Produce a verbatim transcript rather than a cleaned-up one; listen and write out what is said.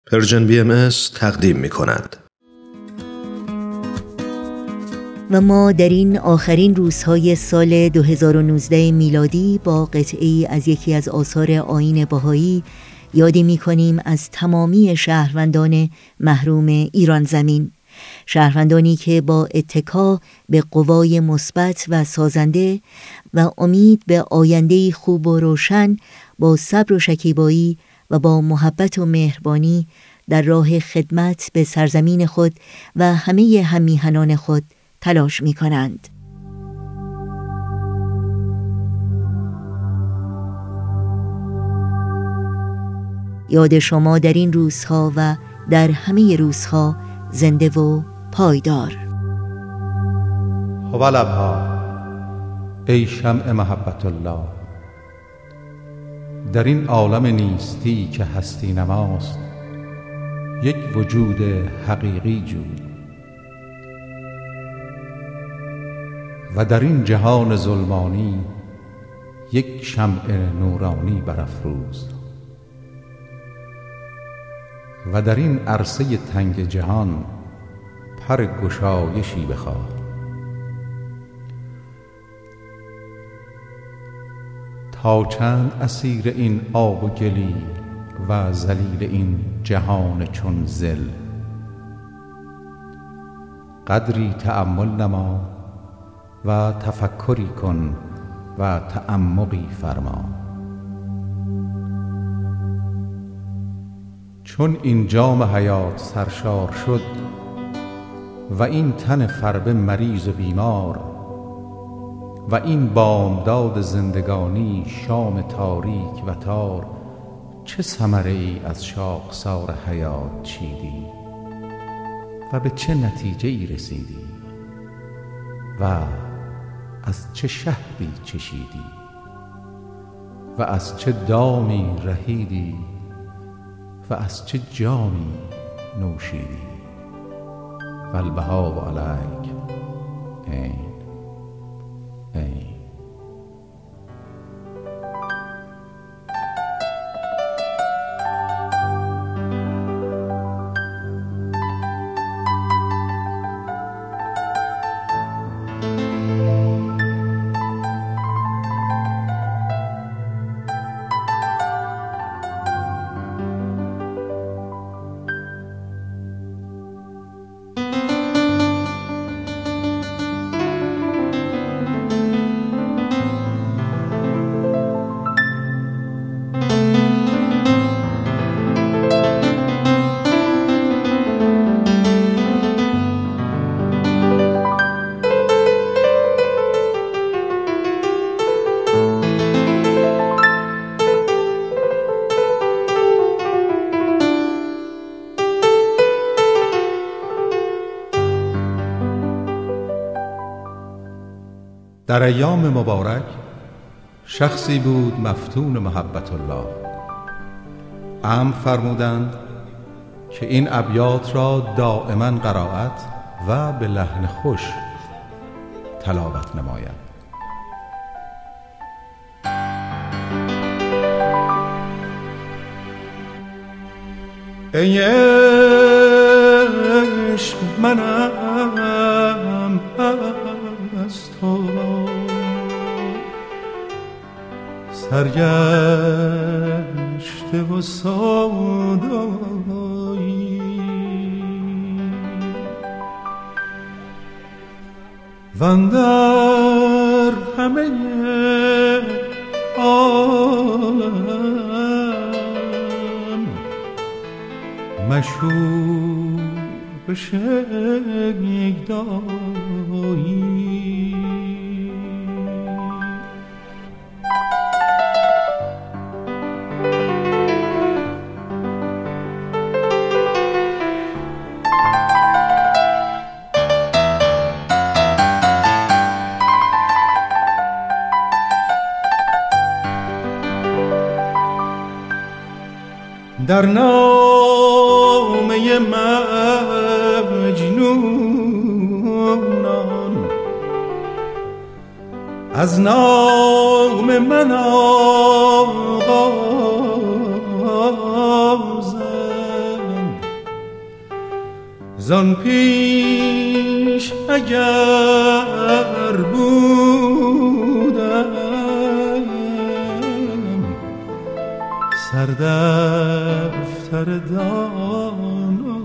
پرژن بی ام اس تقدیم می کند. و ما در این آخرین روزهای سال دو هزار و نوزده میلادی با قطعه‌ای از یکی از آثار آیین بهایی یادی می کنیم از تمامی شهروندان محروم ایران زمین، شهروندانی که با اتکا به قوای مثبت و سازنده و امید به آینده‌ای خوب و روشن با صبر و شکیبایی و با محبت و مهربانی در راه خدمت به سرزمین خود و همه هممیهنان خود تلاش می کنند. یاد شما در این روزها و در همه روزها زنده و پایدار. هوالبها ای شمع محبت الله، در این عالم نیستی که هستی نماست یک وجود حقیقی جوی، و در این جهان ظلمانی یک شمع نورانی برافروز، و در این عرصه تنگ جهان پر گشایشی بخواه. تا چند اسیر این آب و گلی و ذلیل این جهان چون زل، قدری تأمل نما و تفکری کن و تعمقی فرما. چون این جام حیات سرشار شد و این تن فربه مریض و بیمار، و این بامداد زندگانی شام تاریک و تار، چه ثمره ای از شاخسار حیات چیدی و به چه نتیجه ای رسیدی و از چه شهدی چشیدی و از چه دامی رهیدی و از چه جامی نوشیدی. و البها علیک این این در ایام مبارک شخصی بود مفتون محبت الله. امر فرمودند که این ابیات را دائما قرائت و به لحن خوش تلاوت نماید. ای عشق منم از تو سرگشته و سودایی، واندر همه عالم مشهور به شیدایی. در نامه مجنونان از نام من آغازم، زان پیش اگر بودم سردفتر دانا